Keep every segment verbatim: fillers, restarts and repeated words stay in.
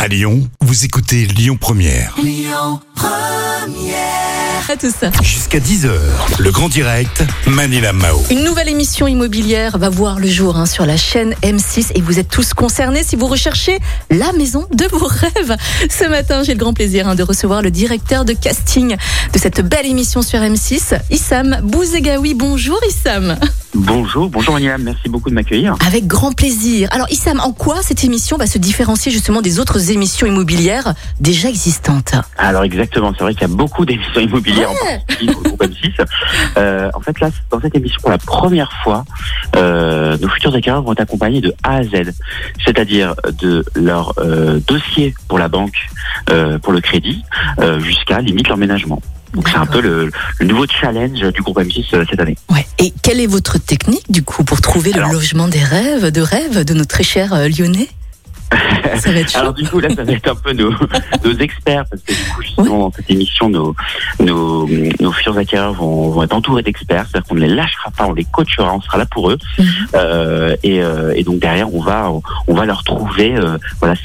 À Lyon, vous écoutez Lyon Première. Lyon Première. À tout ça. Jusqu'à dix heures, le grand direct, Manila Mao. Une nouvelle émission immobilière va voir le jour hein, sur la chaîne M six et vous êtes tous concernés si vous recherchez la maison de vos rêves. Ce matin, j'ai le grand plaisir hein, de recevoir le directeur de casting de cette belle émission sur M six, Issam Bouzegaoui. Bonjour Issam. Bonjour, bonjour Manila, merci beaucoup de m'accueillir. Avec grand plaisir. Alors Issam, en quoi cette émission va se différencier justement des autres émissions immobilières déjà existantes? Alors exactement, c'est vrai qu'il y a beaucoup d'émissions immobilières ouais. en particulier pour le groupe M six. Euh, en fait là, dans cette émission, pour la première fois, euh, nos futurs acquéreurs vont être accompagnés de A à Z, c'est-à-dire de leur euh, dossier pour la banque, euh, pour le crédit, euh, jusqu'à limite l'emménagement. Donc c'est un peu le, le nouveau challenge du groupe M six euh, cette année. Ouais. Et quelle est votre technique du coup pour trouver le Alors, logement des rêves, de rêve de nos très chers euh, Lyonnais? Ça va être chaud. Alors du coup là ça va être un peu nos, nos experts parce que du coup justement dans cette émission nos, nos, nos futurs acquéreurs vont, vont être entourés d'experts, c'est-à-dire qu'on ne les lâchera pas, on les coachera, on sera là pour eux. Mm-hmm. euh, et, euh, et donc derrière on va on va leur trouver euh, voilà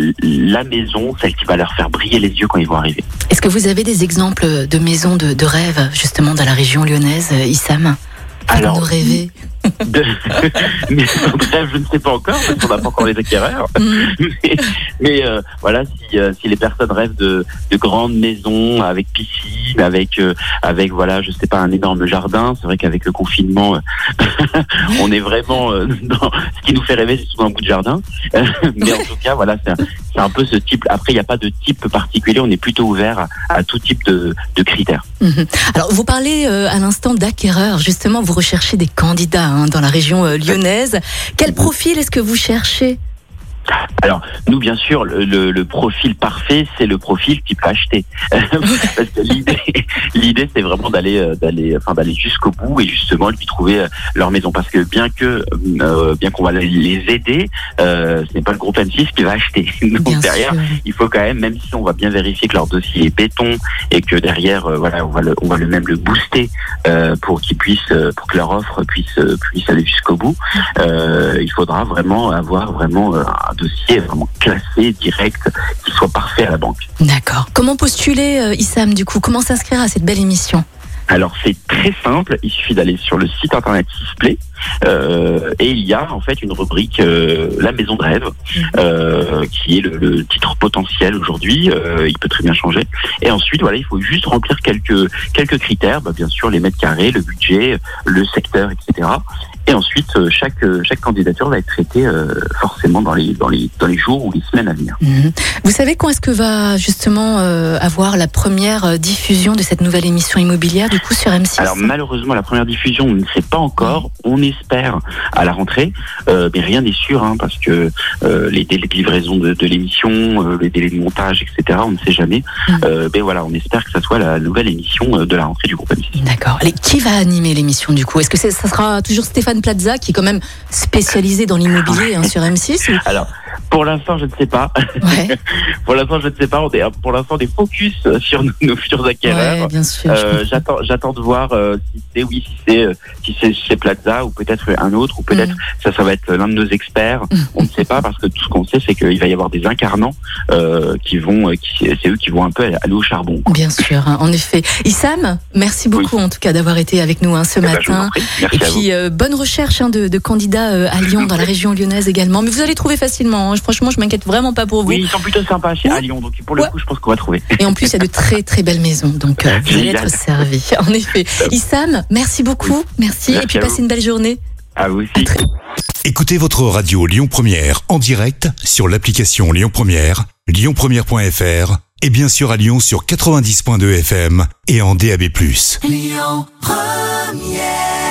la maison, celle qui va leur faire briller les yeux quand ils vont arriver. Est-ce que vous avez des exemples de maisons de, de rêve justement dans la région lyonnaise, Issam? Alors, nous rêver. De... mais bref, je ne sais pas encore parce qu'on n'a pas encore les acquéreurs. Mm. Mais, mais euh, voilà, si, euh, si les personnes rêvent de, de grandes maisons avec piscine, avec euh, avec voilà, je sais pas, un énorme jardin. C'est vrai qu'avec le confinement, euh, on est vraiment euh, dans ce qui nous fait rêver, c'est souvent un bout de jardin. Euh, mais en tout cas, voilà, c'est un, c'est un peu ce type. Après, il n'y a pas de type particulier. On est plutôt ouvert à, à tout type de, de critères. Mm-hmm. Alors, vous parlez euh, à l'instant d'acquéreurs. Justement, vous recherchez des candidats hein, dans la région euh, lyonnaise. Quel profil est-ce que vous cherchez? Alors, nous, bien sûr, le, le, le profil parfait, c'est le profil qui peut acheter. Parce que l'idée, l'idée, c'est vraiment d'aller, d'aller, enfin, d'aller jusqu'au bout et justement lui trouver leur maison. Parce que bien que, euh, bien qu'on va les aider, euh, ce n'est pas le groupe M six qui va acheter. Donc bien derrière, sûr. Il faut quand même, même si on va bien vérifier que leur dossier est béton et que derrière, euh, voilà, on va le, on va le même le booster euh, pour qu'ils puissent, pour que leur offre puisse, puisse aller jusqu'au bout. Euh, il faudra vraiment avoir vraiment euh, un dossier vraiment classé, direct, qui soit parfait à la banque. D'accord. Comment postuler, euh, Issam, du coup? Comment s'inscrire à cette belle émission? Alors c'est très simple, il suffit d'aller sur le site internet Sisplay euh, et il y a en fait une rubrique euh, la maison de rêve euh, qui est le, le titre potentiel aujourd'hui, euh, il peut très bien changer et ensuite voilà il faut juste remplir quelques quelques critères, bah, bien sûr les mètres carrés, le budget, le secteur, et cetera. Et ensuite, chaque chaque candidature va être traitée euh, forcément dans les dans les dans les jours ou les semaines à venir. Mmh. Vous savez quand est-ce que va justement euh, avoir la première diffusion de cette nouvelle émission immobilière du coup sur M six? Alors malheureusement, la première diffusion, on ne sait pas encore. On espère à la rentrée, euh, mais rien n'est sûr hein, parce que euh, les délais de livraison de, de l'émission, euh, les délais de montage, et cetera. On ne sait jamais. Mmh. Euh, mais voilà, on espère que ça soit la nouvelle émission de la rentrée du groupe M six. D'accord. Et qui va animer l'émission du coup? Est-ce que c'est, ça sera toujours Stéphane Plaza qui est quand même spécialisé dans l'immobilier hein, sur M six ou... Alors, pour l'instant, je ne sais pas. Ouais. pour l'instant, je ne sais pas. On est, pour l'instant, des focus sur nos, nos futurs acquéreurs. Ouais, bien sûr. Euh, j'attends, j'attends de voir euh, si c'est oui, si c'est euh, si c'est chez Plaza ou peut-être un autre ou peut-être mm. ça, ça va être l'un de nos experts. Mm. On ne sait pas parce que tout ce qu'on sait, c'est qu'il va y avoir des incarnants euh, qui vont, qui, c'est eux qui vont un peu aller au charbon. Quoi. Bien sûr, hein, en effet. Issam, merci beaucoup oui. en tout cas d'avoir été avec nous hein, ce eh matin. Ben, Et puis euh, bonne recherche hein, de, de candidats euh, à Lyon, dans la région lyonnaise également. Mais vous allez trouver facilement. Hein. Franchement, je m'inquiète vraiment pas pour vous. Oui, ils sont plutôt sympas chez, à Lyon, donc pour le ouais. coup, je pense qu'on va trouver. Et en plus, il y a de très très belles maisons, donc euh, vous allez être servis. En effet. Issam, merci beaucoup. Oui. Merci. merci. Et puis passez une belle journée. À vous aussi. À très... Écoutez votre radio Lyon Première en direct sur l'application Lyon Première, lyon première point f r et bien sûr à Lyon sur quatre-vingt-dix point deux F M et en D A B plus. Lyon Première.